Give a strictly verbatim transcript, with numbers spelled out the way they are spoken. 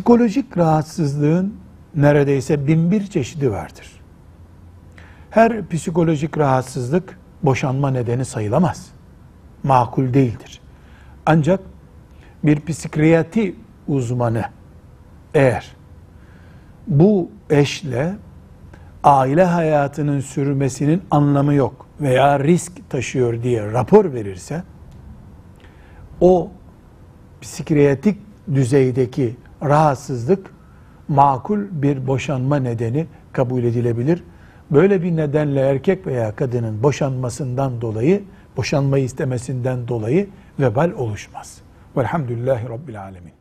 Psikolojik rahatsızlığın neredeyse bin bir çeşidi vardır. Her psikolojik rahatsızlık boşanma nedeni sayılamaz. Makul değildir. Ancak bir psikiyatri uzmanı eğer bu eşle aile hayatının sürmesinin anlamı yok veya risk taşıyor diye rapor verirse, o psikiyatrik düzeydeki rahatsızlık makul bir boşanma nedeni kabul edilebilir. Böyle bir nedenle erkek veya kadının boşanmasından dolayı, boşanmayı istemesinden dolayı vebal oluşmaz. Velhamdülillahi Rabbil Alemin.